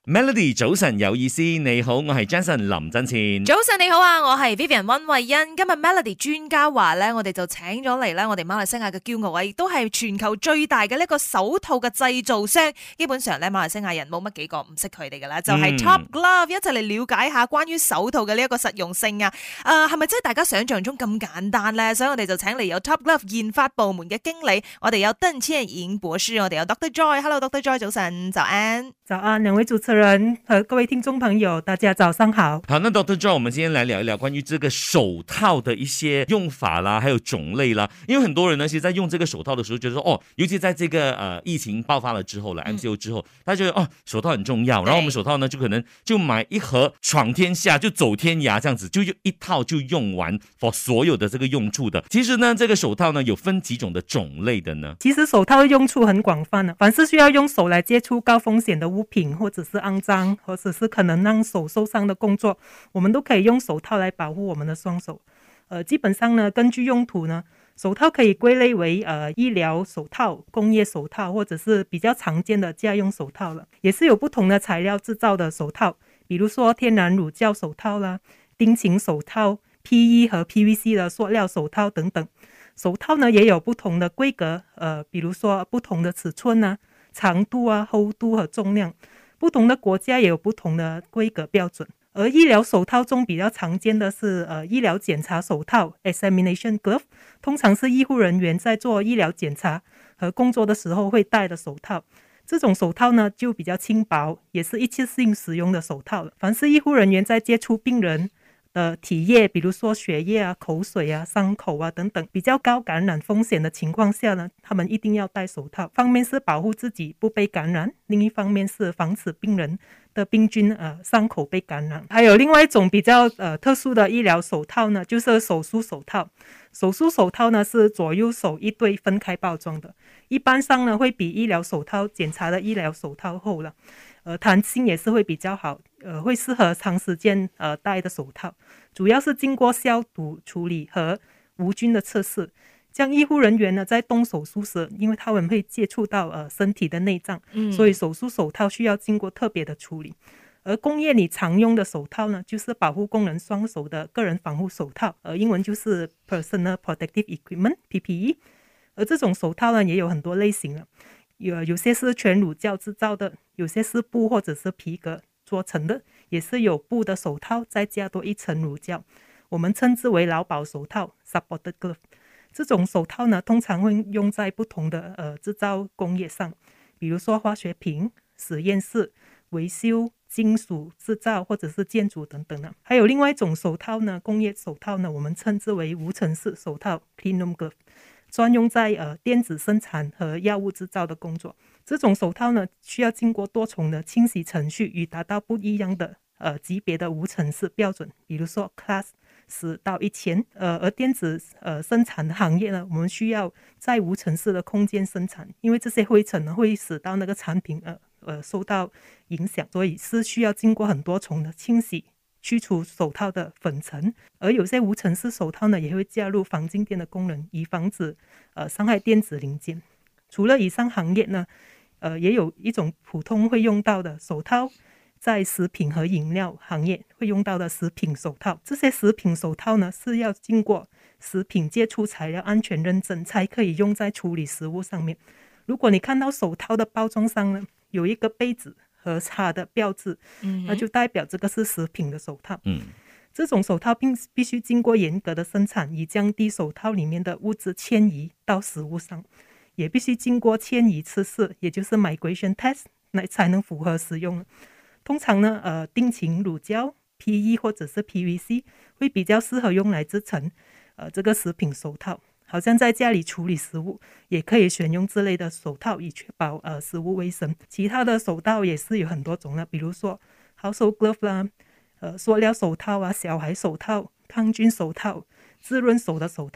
Melody 早晨有意思，你好，我係 Jason 林振前。 早晨你好啊，我係 Vivian 溫慧欣。今日 Melody 專家話咧，我哋就請咗嚟咧，我哋馬來西亞嘅驕傲啊，亦都係全球最大嘅呢個手套嘅製造商。基本上咧，馬來西亞人冇乜幾個唔識佢哋噶啦，就係 Top Glove。一齊嚟了解下關於手套嘅呢一個實用性啊。係咪真係大家想象中咁簡單咧？所以我哋就請嚟有 Top Glove 研發部門嘅經理，我哋有鄧倩穎博士，我哋有 Dr. Joy。Hello Dr. Joy， 早晨，早安。 早安，两位主持人和各位听众朋友，大家早上好。 好，那 Dr. John， 我们今天来聊一聊关于这个手套的一些用法啦，还有种类啦。因为很多人呢，其实在用这个手套的时候，觉得说，尤其在这个疫情爆发了之后了，MCO 之后，大家觉得手套很重要。然后我们手套呢，就可能就买一盒闯天下，就走天涯这样子，就一套就用完 for 所有的这个用处的。其实呢，这个手套呢有分几种的种类的呢？ 其实手套的用处很广泛的，凡是需要用手来接触高风险的物品，或者是肮脏，或者是可能让手受伤的工作，我们都可以用手套来保护我们的双手。基本上呢，根据用途呢，手套可以归类为医疗手套、工业手套，或者是比较常见的家用手套了。也是有不同的材料制造的手套，比如说天然乳胶手套啦、丁腈手套、PE 和 PVC 的塑料手套等等。手套呢也有不同的规格，比如说不同的尺寸啊、长度啊、厚度和重量，不同的国家也有不同的规格标准。而医疗手套中比较常见的是医疗检查手套 examination glove， 通常是医护人员在做医疗检查和工作的时候会戴的手套。这种手套呢就比较轻薄，也是一次性使用的手套了。凡是医护人员在接触病人的体液，比如说血液啊、口水啊、伤口啊等等比较高感染风险的情况下呢，他们一定要戴手套。方面是保护自己不被感染，另一方面是防止病人的病菌伤口被感染。还有另外一种比较特殊的医疗手套呢，就是手术手套。手术手套呢是左右手一对分开包装的，一般上呢会比医疗手套检查的医疗手套厚了，弹性也是会比较好，会适合长时间戴的手套，主要是经过消毒处理和无菌的测试。这样医护人员呢在动手术时，因为他们会接触到身体的内脏，所以手术手套需要经过特别的处理。而工业里常用的手套呢，就是保护工人双手的个人防护手套，英文就是 Personal Protective Equipment PPE。而这种手套呢也有很多类型了，有些是全乳胶制造的，有些是布或者是皮革做成的，也是有布的手套再加多一层乳胶，我们称之为劳保手套 Supported Glove。 这种手套呢通常会用在不同的制造工业上，比如说化学品、实验室、维修、金属制造或者是建筑等等的。还有另外一种手套呢，工业手套呢，我们称之为无尘室手套 Clean Room Glove， 专用在电子生产和药物制造的工作。这种手套呢需要经过多重的清洗程序，与达到不一样的级别的无尘室标准，比如说 Class 10到1000。而电子生产的行业呢，我们需要在无尘室的空间生产，因为这些灰尘呢会使到那个产品受到影响，所以是需要经过很多重的清洗，去除手套的粉尘。而有些无尘室手套呢也会加入防静电的功能，以防止伤害电子零件。除了以上行业呢，也有一种普通会用到的手套，在食品和饮料行业会用到的食品手套。这些食品手套呢是要经过食品接触材料安全认证才可以用在处理食物上面。如果你看到手套的包装上呢有一个杯子和叉的标志，那就代表这个是食品的手套。这种手套必须经过严格的生产，以降低手套里面的物质迁移到食物上，也必须经过迁移测试，也就是 migration test， 才能符合使用。通常呢丁腈乳胶 PE 或者是 PVC 会比较适合用来制成这个食品手套。好像在家里处理食物也可以选用这类的手套，以确保食物卫生。其他的手套也是有很多种的，比如说 household glove 啦，塑料手套啊、小孩手套、抗菌手套、滋润手的手套，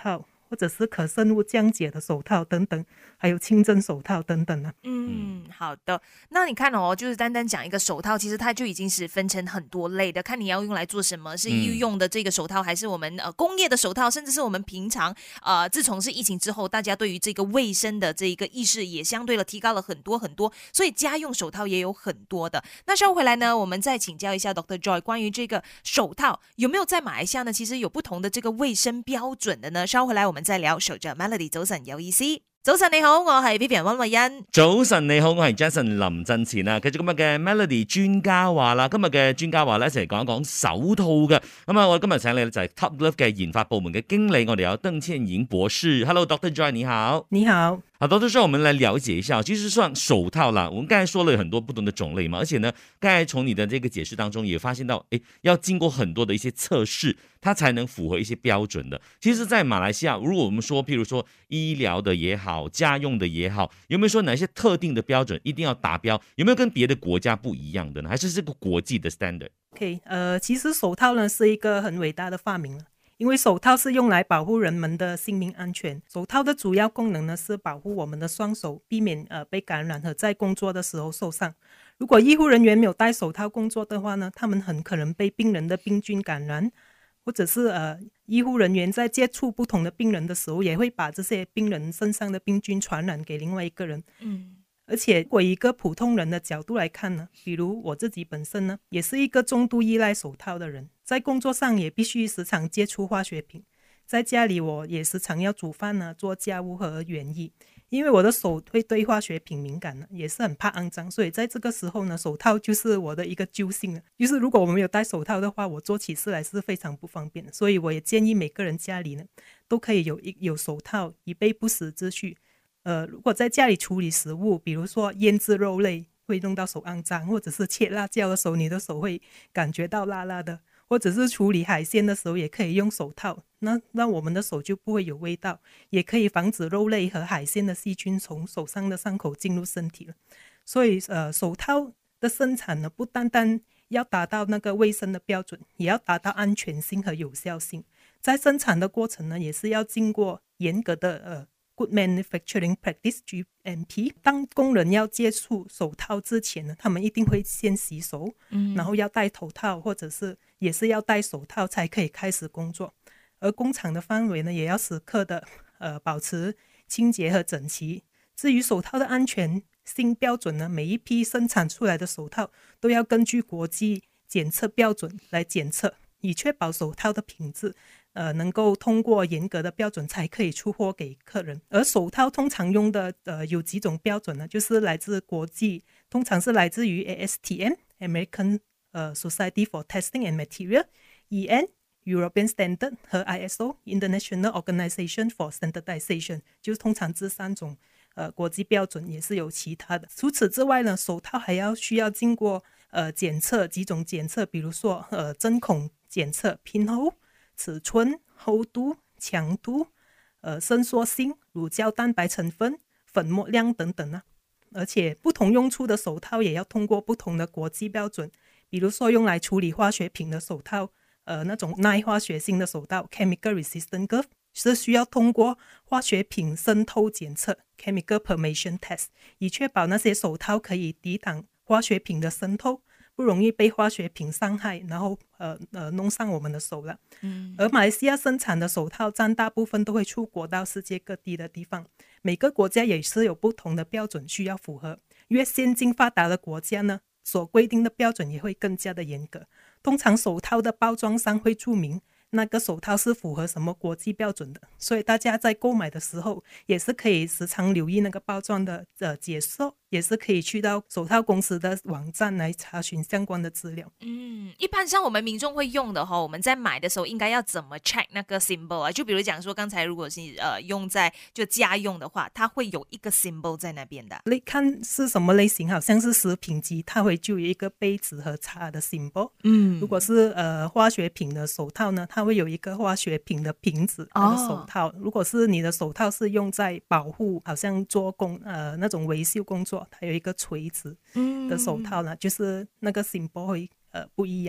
或者是可生物降解的手套等等，还有清真手套等等啊。 好的。那你看哦，就是单单讲一个手套，其实它就已经是分成很多类的，看你要用来做什么，是医用的这个手套，还是我们工业的手套，甚至是我们平常自从是疫情之后，大家对于这个卫生的这一个意识也相对的提高了很多很多，所以家用手套也有很多的。那稍后回来呢，我们再请教一下 Dr. Joy 关于这个手套有没有在马来西亚呢？其實有不同的這個衛生標準的呢。稍後回來我們再聊。守着 Melody 早晨有意思。早晨你好，我係 Vivian 溫慧欣。 早晨你好，我係 Jason 林振前啊。繼續今日嘅 Melody 專家話啦，今日嘅專家話咧一齊嚟講一講手套嘅。咁啊，我今日請你就係 Top Glove 嘅研發部門嘅經理，我哋有鄧倩瑩博士。Hello，Dr. Joy 你好。 你好。 好的，就是我们来了解一下，其实像手套啦，我们刚才说了很多不同的种类嘛，而且呢，刚才从你的这个解释当中也发现到，要经过很多的一些测试，它才能符合一些标准的。其实，在马来西亚，如果我们说，譬如说医疗的也好，家用的也好，有没有说哪些特定的标准一定要达标？有没有跟别的国家不一样的呢？还是这个国际的 standard？ OK， 其实手套呢是一个很伟大的发明了。因为手套是用来保护人们的性命安全，手套的主要功能呢是保护我们的双手，避免被感染和在工作的时候受伤。如果医护人员没有戴手套工作的话呢，他们很可能被病人的病菌感染，或者是医护人员在接触不同的病人的时候，也会把这些病人身上的病菌传染给另外一个人。而且如果以一个普通人的角度来看呢，比如我自己本身呢，也是一个重度依赖手套的人，在工作上也必须时常接触化学品，在家里我也时常要煮饭啊、做家务和园艺，因为我的手会对化学品敏感呢，也是很怕肮脏，所以在这个时候呢，手套就是我的一个救星了。就是如果我们没有戴手套的话，我做起事来是非常不方便的，所以我也建议每个人家里呢都可以有手套，以备不时之需。如果在家里处理食物，比如说腌制肉类会弄到手肮脏，或者是切辣椒的时候你的手会感觉到辣辣的，或者是处理海鲜的时候也可以用手套，那让我们的手就不会有味道，也可以防止肉类和海鲜的细菌从手上的伤口进入身体了。所以手套的生产呢，不单单要达到那个卫生的标准，也要达到安全性和有效性。在生产的过程呢，也是要经过严格的Good Manufacturing Practice GMP。 当工人要接触手套之前呢，他们一定会先洗手，然后要戴头套，或者是也是要戴手套才可以开始工作。而工厂的范围呢，也要时刻的保持清洁和整齐。至于手套的安全性标准呢，每一批生产出来的手套都要根据国际检测标准来检测，以确保手套的品质能够通过严格的标准才可以出货给客人。而手套通常用的有几种标准呢，就是来自国际，通常是来自于 ASTM American Society for Testing and Material、EN European Standard 和 ISO International Organization for Standardization， 就是通常这三种国际标准，也是有其他的。除此之外呢，手套还需要经过检测，几种检测，比如说针孔检测、拼厚、尺寸、厚度、强度、伸缩性、乳胶蛋白成分、粉末量等等啊。而且不同用处的手套也要通过不同的国际标准，比如说用来处理化学品的手套，那种耐化学性的手套 Chemical Resistant Glove 是需要通过化学品渗透检测 Chemical Permeation Test， 以确保那些手套可以抵挡化学品的渗透，不容易被化学品伤害，然后弄伤我们的手了。而马来西亚生产的手套占大部分都会出国到世界各地的地方，每个国家也是有不同的标准需要符合。越先进发达的国家呢，所规定的标准也会更加的严格。通常手套的包装上会注明那个手套是符合什么国际标准的，所以大家在购买的时候也是可以时常留意那个包装的解说，也是可以去到手套公司的网站来查询相关的资料。 一般像我们民众会用的我们在买的时候应该要怎么 check 那个 symbol 啊？就比如讲说刚才如果是用在就家用的话，它会有一个 symbol 在那边的。 你看是什么类型，好像是食品机，它会就有一个杯子和叉的 symbol。如果是化学品的手套呢，它会有一个化学品的瓶子那个手套。如果是你的手套是用在保护，好像做工那种维修工作，它有一个锤子的手套呢，就是那个 symbol 会不一样的。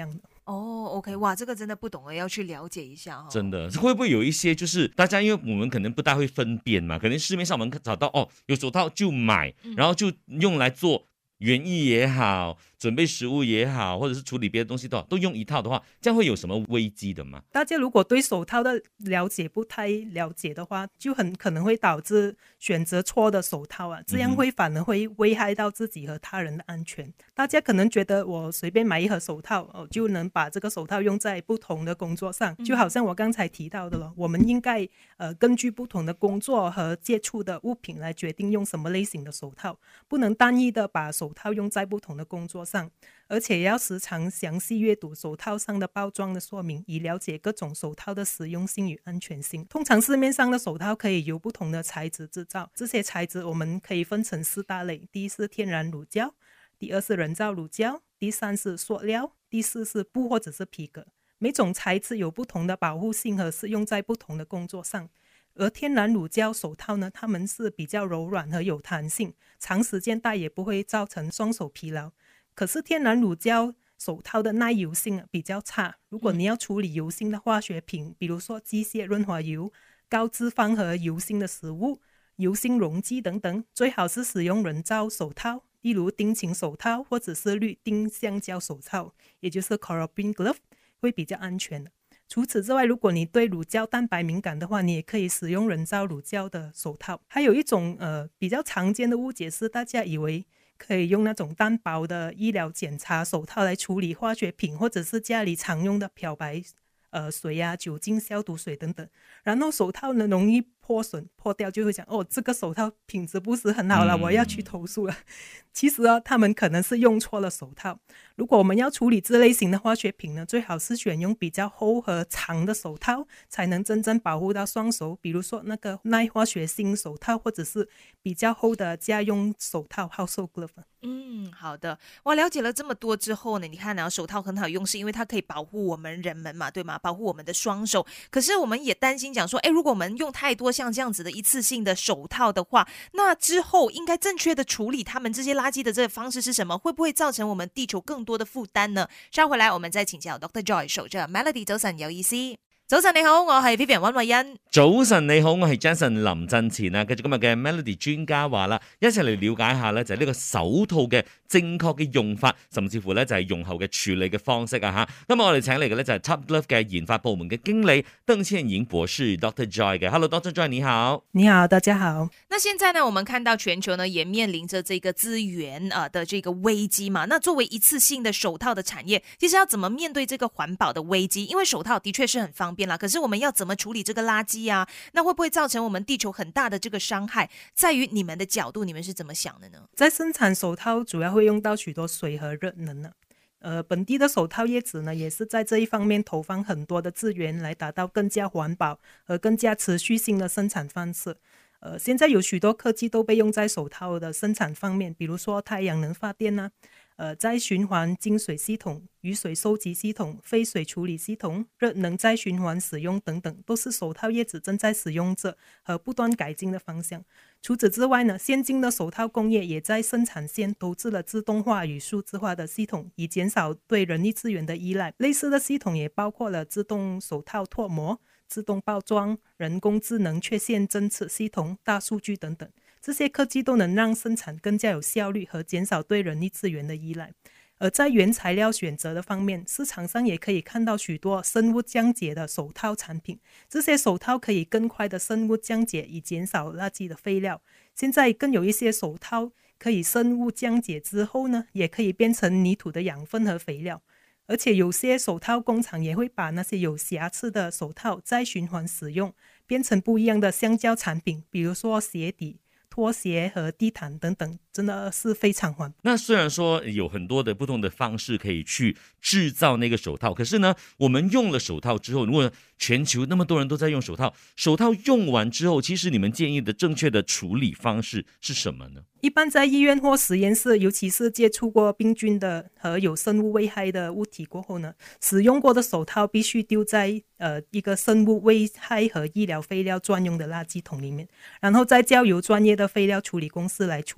哦，OK，哇，这个真的不懂了，要去了解一下哈。 真的会不会有一些就是大家，因为我们可能不大会分辨嘛，可能市面上我们找到哦有手套就买，然后就用来做园艺也好，准备食物也好，或者是处理别的东西都用一套的话，这样会有什么危机的吗？ 大家如果对手套的了解不太了解的话，就很可能会导致选择错的手套啊，这样反而会危害到自己和他人的安全。大家可能觉得我随便买一盒手套，就能把这个手套用在不同的工作上，就好像我刚才提到的了，我们应该根据不同的工作和接触的物品来决定用什么类型的手套，不能单一的把手套用在不同的工作上，而且也要时常详细阅读手套上的包装的说明，以了解各种手套的实用性与安全性。通常市面上的手套可以由不同的材质制造，这些材质我们可以分成4大类，第一是天然乳胶，第二是人造乳胶，第三是塑料，第四是布或者是皮革。每种材质有不同的保护性和适用在不同的工作上。而天然乳胶手套呢，它们是比较柔软和有弹性，长时间戴也不会造成双手疲劳。可是天然乳胶手套的耐油性比较差，如果你要处理油性的化学品，比如说机械润滑油、高脂肪和油性的食物、油性溶剂等等，最好是使用人造手套，例如丁腈手套或者是氯丁橡胶手套，也就是 Carabin Glove， 会比较安全的。除此之外，如果你对乳胶蛋白敏感的话，你也可以使用人造乳胶的手套。还有一种比较常见的误解是，大家以为可以用那种单薄的医疗检查手套来处理化学品，或者是家里常用的漂白水啊、酒精消毒水等等，然后手套呢容易破损破掉，就会讲这个手套品质不是很好了，我要去投诉了。其实他们可能是用错了手套。如果我们要处理这类型的化学品呢，最好是选用比较厚和长的手套，才能真正保护到双手，比如说那个耐化学性手套，或者是比较厚的家用手套 household glove。 好的，我了解了这么多之后呢，你看手套很好用，是因为它可以保护我们人们嘛，对吗？保护我们的双手。可是我们也担心讲说，如果我们用太多像这样子的一次性的手套的话，那之后应该正确的处理他们这些垃圾的这个方式是什么？会不会造成我们地球更多的负担呢？稍回來我們再請教 Dr. Joy 守着 Melody 早晨有意思。早晨你好，我係 Vivian 溫慧欣。 早晨你好，我係 Jason 林振前啊。繼續今日嘅 Melody 專家話啦，一齊嚟了解下咧，就係呢個手套嘅正確嘅用法，甚至乎咧就係用後嘅處理嘅方式啊吓。今日我哋請嚟嘅咧就係 Top Glove 嘅研發部門嘅經理鄧倩瑩博士 Dr. Joy 嘅。Hello Dr. Joy 你好。 你好，大家好。 那現在呢，我們看到全球呢也面臨着這個資源的這個危機嘛。那作為一次性的手套的產業，其實要怎麼面對這個環保的危機？因為手套的確是很方便啦，可是我們要怎麼處理這個垃圾啊？那會不會造成我們地球很大的這個傷害？在於你們的角度，你們是怎麼想的呢？ 在生產手套主要會用到許多水和熱能呢。本地的手套業者呢，也是在這一方面投放很多的資源，來達到更加環保和更加持續性的生產方式。現在有許多科技都被用在手套的生產方面，比如說太陽能發電啊，再循環淨水系統、雨水收集系統、廢水處理系統、熱能再循環使用等等，都是手套業者正在使用着和不斷改進的方向。除此之外呢，現今的手套工業也在生產線投資了自動化與數字化的系統，以減少對人力資源的依賴。類似的系統也包括了自動手套脫模、自動包裝、人工智能缺陷偵測系統、大數據等等，這些科技都能讓生產更加有效率和減少對人力資源的依賴。而在原材料選擇的方面，市場上也可以看到許多生物降解的手套產品，這些手套可以更快的生物降解，以減少垃圾的廢料。現在更有一些手套可以生物降解之後呢，也可以變成泥土的養分和肥料。而且有些手套工廠也會把那些有瑕疵的手套再循環使用，變成不一樣的橡膠產品，比如說鞋底、拖鞋和地毯等等，真的是非常環保。 那雖然說有很多的不同的方式可以去製造那個手套，可是呢，我們用了手套之後，如果全球那麼多人都在用手套，手套用完之後，其實你們建議的正確的處理方式是什麼呢？ 一般在醫院或實驗室，尤其是接觸過病菌的和有生物危害的物體過後呢，使用過的手套必須丟在一個生物危害和醫療廢料專用的垃圾桶裡面，然後再交由專業的廢料處理公司來處理這些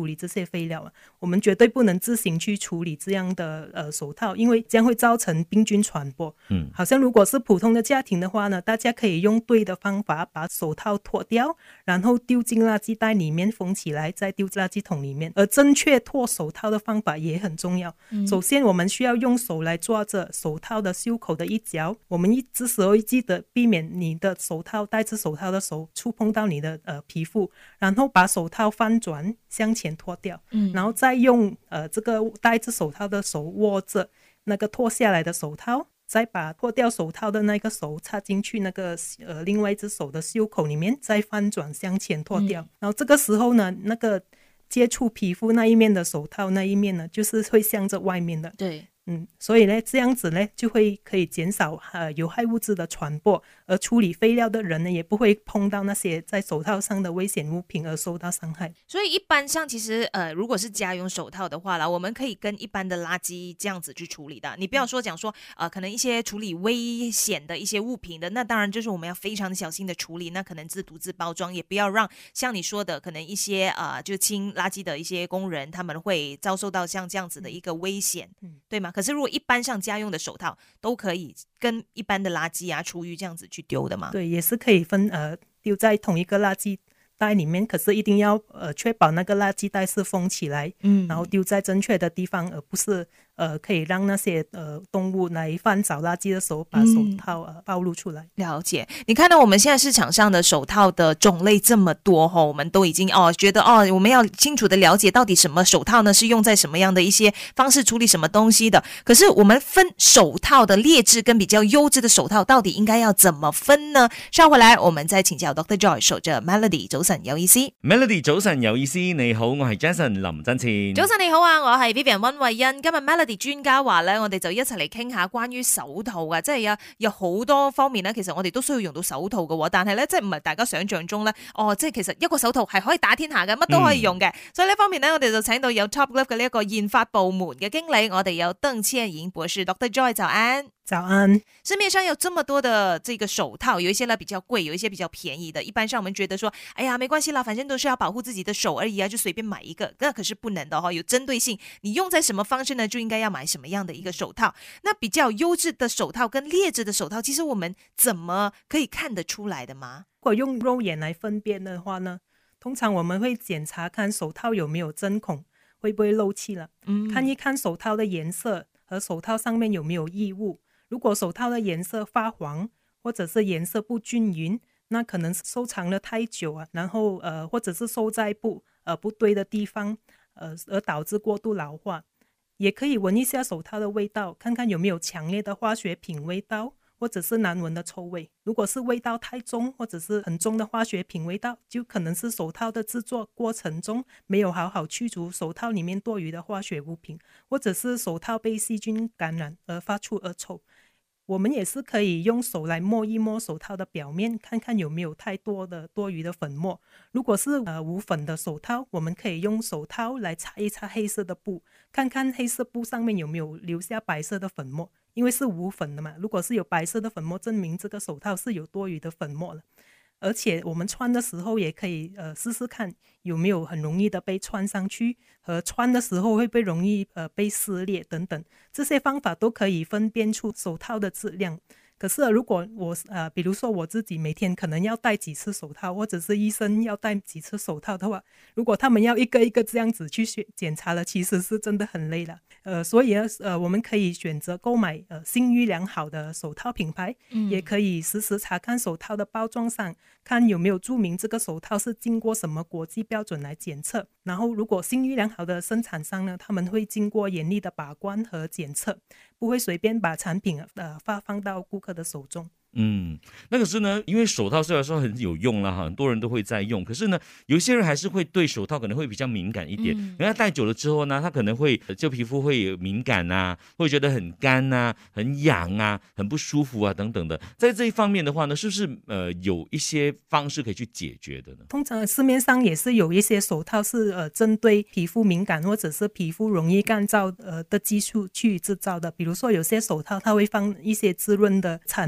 废料啊，我们绝对不能自行去处理这样的手套，因为将会造成病菌传播。好像如果是普通的家庭的话呢，大家可以用对的方法把手套脱掉，然后丢进垃圾袋里面封起来，再丢垃圾桶里面。而正确脱手套的方法也很重要。首先我们需要用手来抓着手套的袖口的一角，我们这时候记得避免你的手套戴着手套的手触碰到你的皮肤，然后把手套翻转向前脱掉，然后再用这个戴着手套的手握着那个脱下来的手套，再把脱掉手套的那个手插进去那个另外一只手的袖口里面，再翻转向前脱掉，然后这个时候呢，那个接触皮肤那一面的手套那一面呢，就是会向着外面的。 对， 所以呢，这样子呢，就可以减少有害物质的传播，而处理废料的人呢，也不会碰到那些在手套上的危险物品而受到伤害。 所以一般上其实如果是家用手套的话啦，我们可以跟一般的垃圾这样子去处理的。你不要说讲说可能一些处理危险的一些物品的，那当然就是我们要非常小心的处理，那可能自独自包装，也不要让像你说的可能一些就清垃圾的一些工人他们会遭受到像这样子的一个危险，对吗？可是如果一般上家用的手套都可以跟一般的垃圾厨余这样子去丢的吗？ 对，也是可以丢在同一个垃圾袋里面，可是一定要确保那个垃圾袋是封起来，然后丢在正确的地方，而不是可以让那些动物来翻找垃圾的时候把手套暴露出来。 了解，你看到我们现在市场上的手套的种类这么多我们都已经觉得我们要清楚的了解到底什么手套呢是用在什么样的一些方式处理什么东西的。可是我们分手套的劣质跟比较优质的手套到底应该要怎么分呢？稍回來我們再請教 Dr. Joy， 守着 Melody， 早晨有意思。 Melody 早晨有意思，你好，我係 Jason 林真前。 早晨你好啊，我係 Vivian 溫慧欣。今日 Melody 專家話咧，我哋就一齊嚟傾下關於手套啊，即係有好多方面咧，其實我哋都需要用到手套嘅，但係咧即係唔係大家想象中咧，即係其實一個手套係可以打天下嘅，乜都可以用嘅。所以呢方面咧，我哋就請到有 Top Glove 嘅呢一個研發部門嘅經理，我哋有鄧倩穎博士 Dr. Joy， 早安。 早安。 市面上有這麼多的這個手套，有一些呢比較貴，有一些比較便宜的。一般上我們覺得說，哎呀，沒關係啦，反正都是要保護自己的手而已啊，就隨便買一個。那可是不能的有針對性。你用在什麼方式呢，就應該要買什麼樣的一個手套。那比較優質的手套跟劣質的手套，其實我們怎麼可以看得出來的嗎？ 如果用肉眼來分辨的話呢，通常我們會檢查看手套有沒有針孔，會不會漏氣了。看一看手套的顏色和手套上面有沒有異物。如果手套的顏色發黃，或者是顏色不均勻，那可能是收藏了太久然後或者是收在不對的地方，而導致過度老化。也可以聞一下手套的味道，看看有沒有強烈的化學品味道，或者是難聞的臭味。如果是味道太重，或者是很重的化學品味道，就可能是手套的製作過程中沒有好好去除手套裡面多餘的化學物品，或者是手套被細菌感染而發出惡臭。我們也是可以用手來摸一摸手套的表面，看看有沒有太多的多餘的粉末。如果是無粉的手套，我們可以用手套來擦一擦黑色的布，看看黑色布上面有沒有留下白色的粉末，因為是無粉的嘛，如果是有白色的粉末，證明這個手套是有多餘的粉末了。而且我們穿的時候也可以試試看有沒有很容易的被穿上去，和穿的時候會不會容易被撕裂等等，這些方法都可以分辨出手套的質量。可是如果比如說我自己每天可能要戴幾次手套，或者是醫生要戴幾次手套的話，如果他們要一個一個這樣子去檢查了，其實是真的很累了。所以我們可以選擇購買信譽良好的手套品牌，也可以實時查看手套的包裝上，看有沒有注明這個手套是經過什麼國際標準來檢測。然後如果信譽良好的生產商呢，他們會經過嚴厲的把關和檢測，不會隨便把產品發放到顧客的手中。 那可是呢，因為手套雖然說很有用啦，很多人都會在用，可是呢，有些人還是會對手套可能會比較敏感一點。人家戴久了之後呢，他可能會就皮膚會敏感啊，會覺得很乾啊、很癢啊、很不舒服啊等等的。在這一方面的話呢，是不是有一些方式可以去解決的呢？ 通常市面上也是有一些手套是針對皮膚敏感或者是皮膚容易乾燥的技術去製造的。比如說有些手套它會放一些滋潤的產品進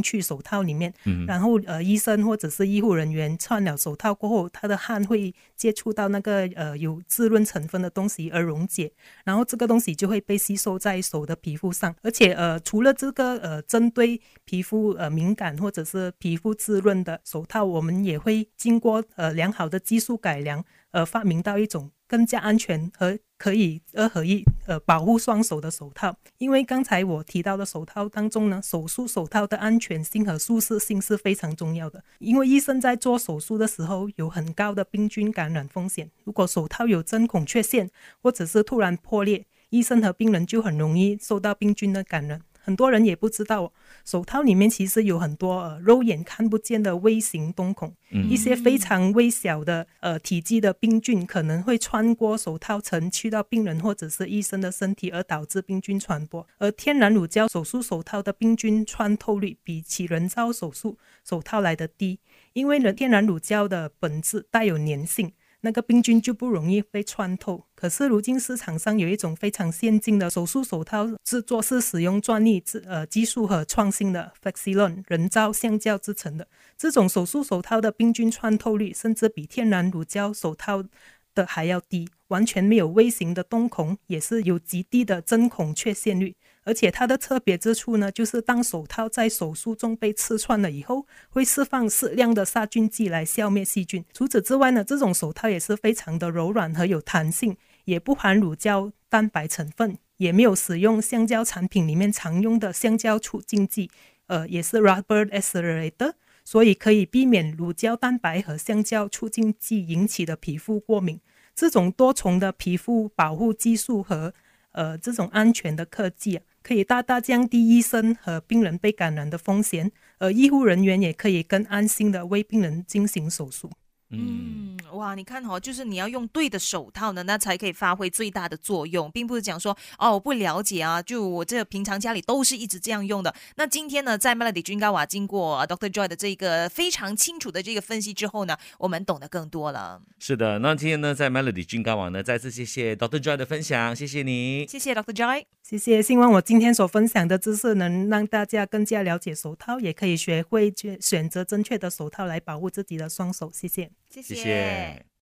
去手套里面， 嗯然后医生或者是医护人员穿了手套过后，他的汗会接触到那个有滋润成分的东西而溶解，然后这个东西就会被吸收在手的皮肤上。而且除了这个针对皮肤敏感或者是皮肤滋润的手套，我们也会经过良好的技术改良发明到一种更加安全和可以二合一保护双手的手套。因为刚才我提到的手套当中呢，手术手套的安全性和舒适性是非常重要的。因为医生在做手术的时候有很高的病菌感染风险，如果手套有针孔缺陷或者是突然破裂，医生和病人就很容易受到病菌的感染。很多人也不知道手套里面其实有很多肉眼看不见的微型洞孔，一些非常微小的体积的病菌可能会穿过手套层去到病人或者是医生的身体，而导致病菌传播。而天然乳胶手术手套的病菌穿透率比起人造手术手套来得低，因为天然乳胶的本质带有粘性，那个病菌就不容易被穿透。可是如今市场上有一种非常先进的手术手套制作，是使用专利技术和创新的 Flexilon 人造橡胶制成的。这种手术手套的病菌穿透率甚至比天然乳胶手套的还要低，完全没有微型的洞孔，也是有极低的针孔缺陷率。而且它的特别之处呢，就是当手套在手术中被刺穿了以后，会释放适量的杀菌剂来消灭细菌。除此之外呢，这种手套也是非常的柔软和有弹性，也不含乳胶蛋白成分，也没有使用橡胶产品里面常用的橡胶促进剂，也是 rubber accelerator， 所以可以避免乳胶蛋白和橡胶促进剂引起的皮肤过敏。这种多重的皮肤保护技术和这种安全的科技可以大大降低医生和病人被感染的风险，而医护人员也可以更安心的为病人进行手术。 哇，你看就是你要用对的手套呢，那才可以发挥最大的作用，并不是讲说我不了解啊，就我这平常家里都是一直这样用的。那今天呢，在 Melody 君高瓦经过Dr. Joy 的这个非常清楚的这个分析之后呢，我们懂得更多了。 是的，那今天呢，在 Melody 君高瓦呢，再次谢谢 Dr. Joy 的分享，谢谢你， 谢谢 Dr. Joy， 谢谢。希望我今天所分享的知识能让大家更加了解手套，也可以学会选择正确的手套来保护自己的双手。谢谢。 谢谢谢。